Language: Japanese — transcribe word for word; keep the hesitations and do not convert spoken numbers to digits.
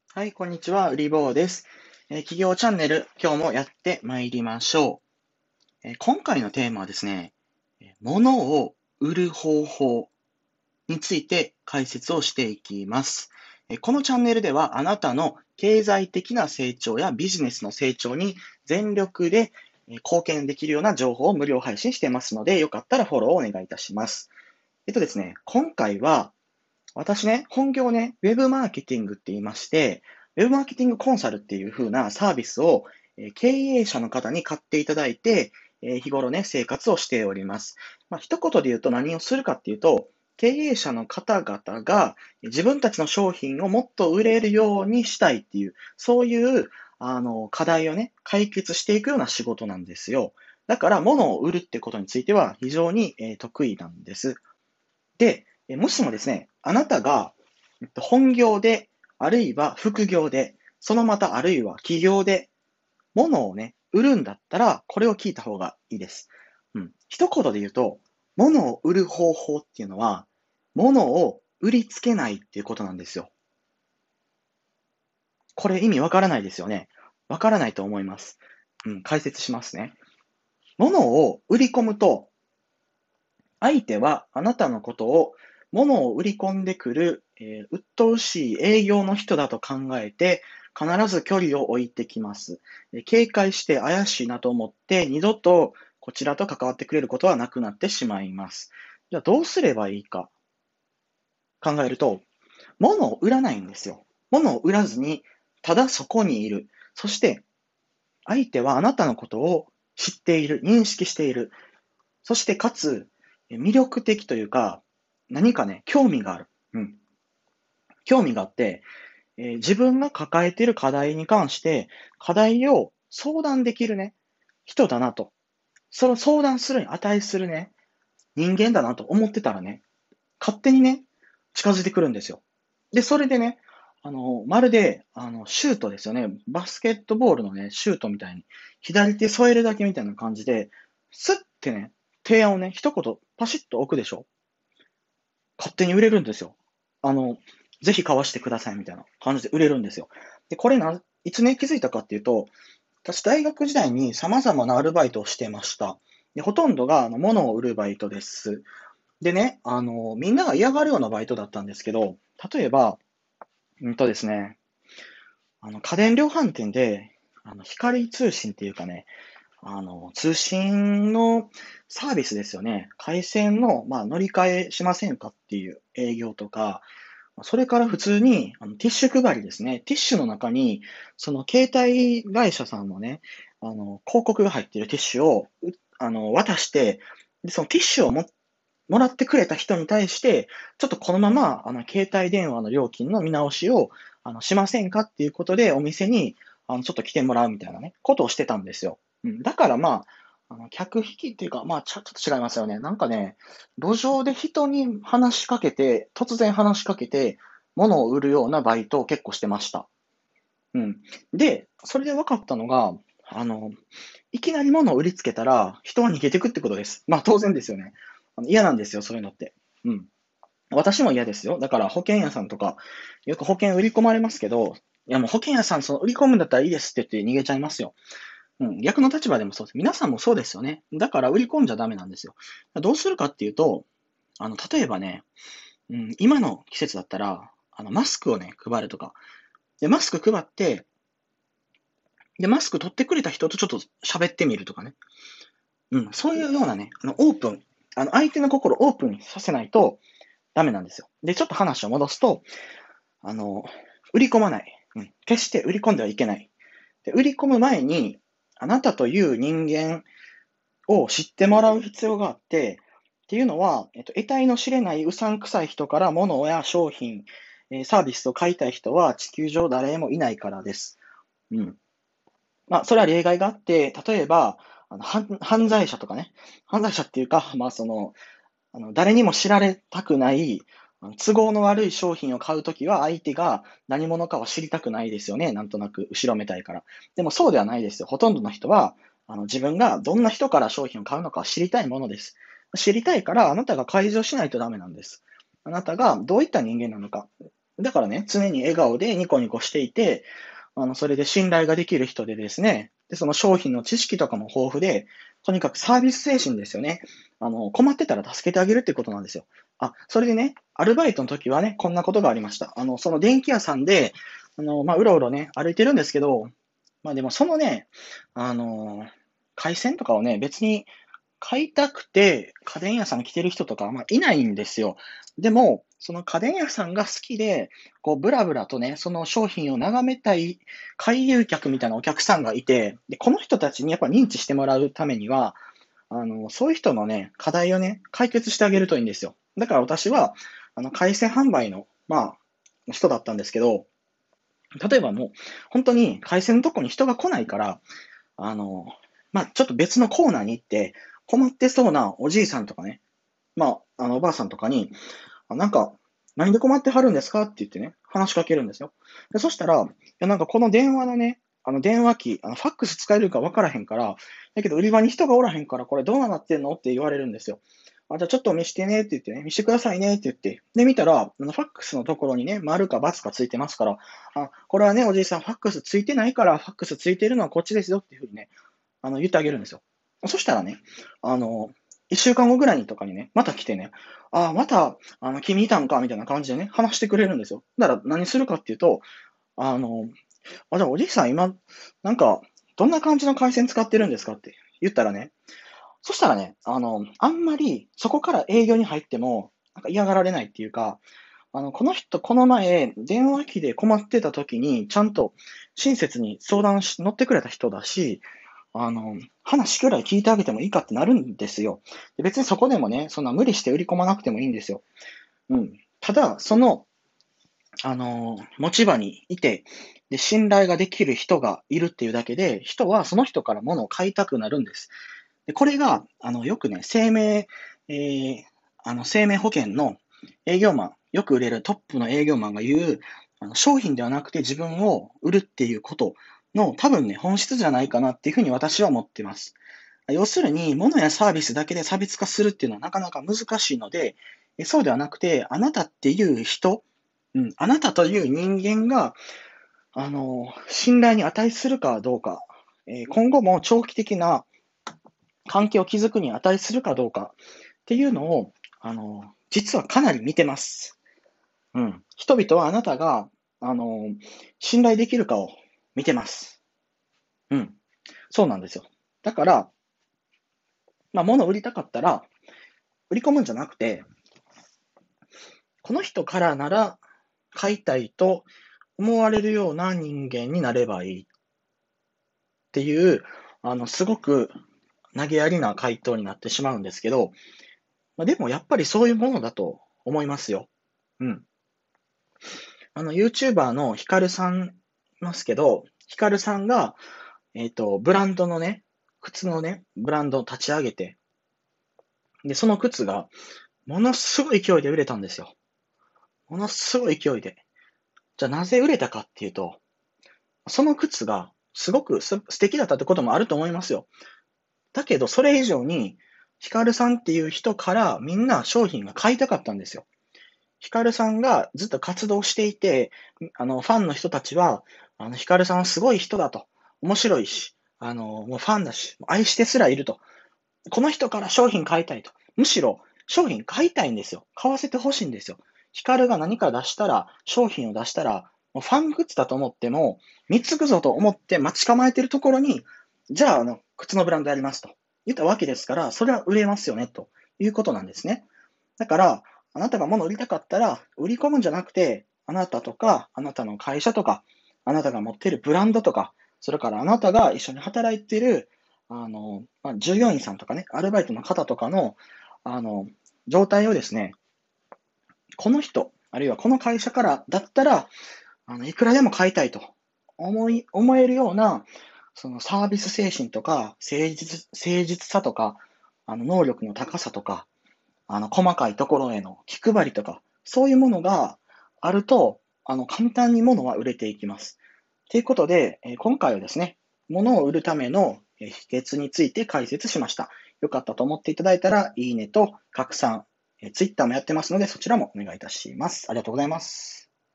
はい、こんにちは。うりぼうです。えー企業チャンネル、今日もやってまいりましょう。えー今回のテーマはですね、えー物を売る方法について解説をしていきます。えーこのチャンネルでは、あなたの経済的な成長やビジネスの成長に全力でえー貢献できるような情報を無料配信していますので、よかったらフォローをお願いいたします。えっとですね、今回は、私ね、本業ね、ウェブマーケティングって言いまして、ウェブマーケティングコンサルっていう風なサービスを、えー経営者の方に買っていただいて、えー日頃ね、生活をしております。まあ、一言で言うと何をするかっていうと、経営者の方々が自分たちの商品をもっと売れるようにしたいっていう、そういうあの課題をね、解決していくような仕事なんですよ。だから、物を売るってことについては非常に、えー得意なんです。で、もしもですね、あなたが本業で、あるいは副業で、そのまたあるいは起業で、物をね、売るんだったら、これを聞いた方がいいです。うん。一言で言うと、物を売る方法っていうのは、物を売りつけないっていうことなんですよ。これ意味わからないですよね。わからないと思います。うん、解説しますね。物を売り込むと、相手はあなたのことを物を売り込んでくる、えー、鬱陶しい営業の人だと考えて、必ず距離を置いてきます。警戒して怪しいなと思って、二度とこちらと関わってくれることはなくなってしまいます。じゃあどうすればいいか考えると、物を売らないんですよ。物を売らずに、ただそこにいる。そして、相手はあなたのことを知っている、認識している。そしてかつ、魅力的というか、何かね、興味がある。うん。興味があって、えー自分が抱えている課題に関して、課題を相談できるね、人だなと。その相談するに値するね、人間だなと思ってたらね、勝手にね、近づいてくるんですよ。で、それでね、あの、まるで、あの、シュートですよね。バスケットボールのね、シュートみたいに、左手添えるだけみたいな感じで、スッてね、提案をね、一言パシッと置くでしょ。勝手に売れるんですよ。あの、ぜひ買わしてくださいみたいな感じで売れるんですよ。で、これな、いつね、気づいたかっていうと、私大学時代に様々なアルバイトをしてました。で、ほとんどが、あの、物を売るバイトです。でね、あの、みんなが嫌がるようなバイトだったんですけど、例えば、うんとですね、あの、家電量販店で、あの、光通信っていうかね、あの、通信のサービスですよね。回線の、まあ、乗り換えしませんかっていう営業とか、それから普通に、あの、ティッシュ配りですね。ティッシュの中に、その携帯会社さんのね、あの、広告が入っているティッシュを、うあの、渡して、で、そのティッシュをも、もらってくれた人に対して、ちょっとこのまま、あの、携帯電話の料金の見直しを、あの、しませんかっていうことで、お店に、あの、ちょっと来てもらうみたいなね、ことをしてたんですよ。うん。だからまあ、あの、客引きっていうか、まあ、ちょっと違いますよね。なんかね、路上で人に話しかけて、突然話しかけて、物を売るようなバイトを結構してました。うん。で、それで分かったのが、あの、いきなり物を売りつけたら、人は逃げてくってことです。まあ当然ですよね。あの嫌なんですよ、そういうのって。うん。私も嫌ですよ。だから保険屋さんとか、よく保険売り込まれますけど、いやもう保険屋さん、その売り込むんだったらいいですって言って逃げちゃいますよ。うん。逆の立場でもそうです。皆さんもそうですよね。だから売り込んじゃダメなんですよ。どうするかっていうと、あの、例えばね、うん、今の季節だったら、あの、マスクをね、配るとか。で、マスク配って、で、マスク取ってくれた人とちょっと喋ってみるとかね。うん、そういうようなね、あの、オープン、あの、相手の心をオープンにさせないとダメなんですよ。で、ちょっと話を戻すと、あの、売り込まない。うん、決して売り込んではいけない。で、売り込む前に、あなたという人間を知ってもらう必要があって、っていうのは、えっと、得体の知れないうさんくさい人から物や商品、えーサービスを買いたい人は地球上誰もいないからです。うん。まあ、それは例外があって、例えば、あの犯犯罪者とかね、犯罪者っていうか、まあ、その、あの誰にも知られたくない、あの都合の悪い商品を買うときは、相手が何者かは知りたくないですよね。なんとなく、後ろめたいから。でもそうではないですよ。ほとんどの人は、あの自分がどんな人から商品を買うのか知りたいものです。知りたいから、あなたが開示をしないとダメなんです。あなたがどういった人間なのか。 だからね、常に笑顔でニコニコしていて、あの、それで信頼ができる人でですね、で、その商品の知識とかも豊富で、とにかくサービス精神ですよね。あの、困ってたら助けてあげるってことなんですよ。あ、それでね、アルバイトの時はね、こんなことがありました。あの、その電気屋さんで、あの、まあ、うろうろね、歩いてるんですけど、まあでもそのね、あの、回線とかをね、別に買いたくて家電屋さん来てる人とかあんまいないんですよ。でも、その家電屋さんが好きで、こう、ブラブラとね、その商品を眺めたい回遊客みたいなお客さんがいて、で、この人たちにやっぱ認知してもらうためには、あの、そういう人のね、課題をね、解決してあげるといいんですよ。だから私は、あの、回線販売の、まあ、人だったんですけど、例えばもう、本当に回線のとこに人が来ないから、あの、まあ、ちょっと別のコーナーに行って、困ってそうなおじいさんとかね、まあ、あの、おばあさんとかに、あなんか、何で困ってはるんですかって言ってね、話しかけるんですよ。でそしたら、いや、なんかこの電話のね、あの電話機、あのファックス使えるか分からへんから、だけど売り場に人がおらへんから、これどうなってんのって言われるんですよ。あ、じゃあちょっと見してねって言ってね、見してくださいねって言って、で、見たら、あのファックスのところにね、丸か×かついてますから、あ、これはね、おじいさん、ファックスついてないから、ファックスついてるのはこっちですよっていうふうにね、あの、言ってあげるんですよ。そしたらね、あの、一週間後ぐらいにとかにね、また来てね、ああ、また、あの、君いたんかみたいな感じでね、話してくれるんですよ。だから何するかっていうと、あの、あ、じゃあおじいさん今、なんか、どんな感じの回線使ってるんですかって言ったらね、そしたらね、あの、あんまりそこから営業に入っても、なんか嫌がられないっていうか、あの、この人、この前、電話機で困ってた時に、ちゃんと親切に相談し、乗ってくれた人だし、あの、話くらい聞いてあげてもいいかってなるんですよ。で別にそこでもね、そんな無理して売り込まなくてもいいんですよ。うん。ただ、その、あの、持ち場にいて、で、信頼ができる人がいるっていうだけで、人はその人から物を買いたくなるんです。で、これが、あの、よくね、生命、えー、あの、生命保険の営業マン、よく売れるトップの営業マンが言う、あの商品ではなくて自分を売るっていうことの多分ね、本質じゃないかなっていうふうに私は思っています。要するに、物やサービスだけで差別化するっていうのはなかなか難しいので、そうではなくて、あなたっていう人、うん、あなたという人間が、あの、信頼に値するかどうか、えー今後も長期的な関係を築くに値するかどうかっていうのを、あの、実はかなり見てます。うん。人々はあなたが、あの、信頼できるかを見てます。うん。そうなんですよ。だから、まあ、物を売りたかったら、売り込むんじゃなくて、この人からなら買いたいと思われるような人間になればいいっていう、あの、すごく投げやりな回答になってしまうんですけど、まあ、でもやっぱりそういうものだと思いますよ。うん。あの、YouTuber のヒカルさんいますけど、ヒカルさんが、えっと、ブランドのね、靴のね、ブランドを立ち上げて、で、その靴が、ものすごい勢いで売れたんですよ。ものすごい勢いで。じゃあなぜ売れたかっていうと、その靴がすごくす素敵だったってこともあると思いますよ。だけど、それ以上に、ヒカルさんっていう人からみんな商品が買いたかったんですよ。ヒカルさんがずっと活動していて、あの、ファンの人たちは、あの、ヒカルさんはすごい人だと。面白いし、あの、もうファンだし、愛してすらいると。この人から商品買いたいと。むしろ、商品買いたいんですよ。買わせてほしいんですよ。ヒカルが何か出したら、商品を出したら、もうファングッズだと思っても、貢ぐぞと思って待ち構えてるところに、じゃあ、あの、靴のブランドやりますと言ったわけですから、それは売れますよね、ということなんですね。だから、あなたが物を売りたかったら、売り込むんじゃなくて、あなたとか、あなたの会社とか、あなたが持っているブランドとか、それからあなたが一緒に働いている、あの、まあ、従業員さんとかね、アルバイトの方とかの、あの、状態をですね、この人、あるいはこの会社からだったら、あの、いくらでも買いたいと思い、思えるような、そのサービス精神とか、誠実、誠実さとか、あの、能力の高さとか、あの、細かいところへの気配りとか、そういうものがあると、あの、簡単に物は売れていきます。ということで、えー今回はですね、物を売るためのえー秘訣について解説しました。よかったと思っていただいたら、いいねと拡散、えー、ツイッターもやってますので、そちらもお願いいたします。ありがとうございます。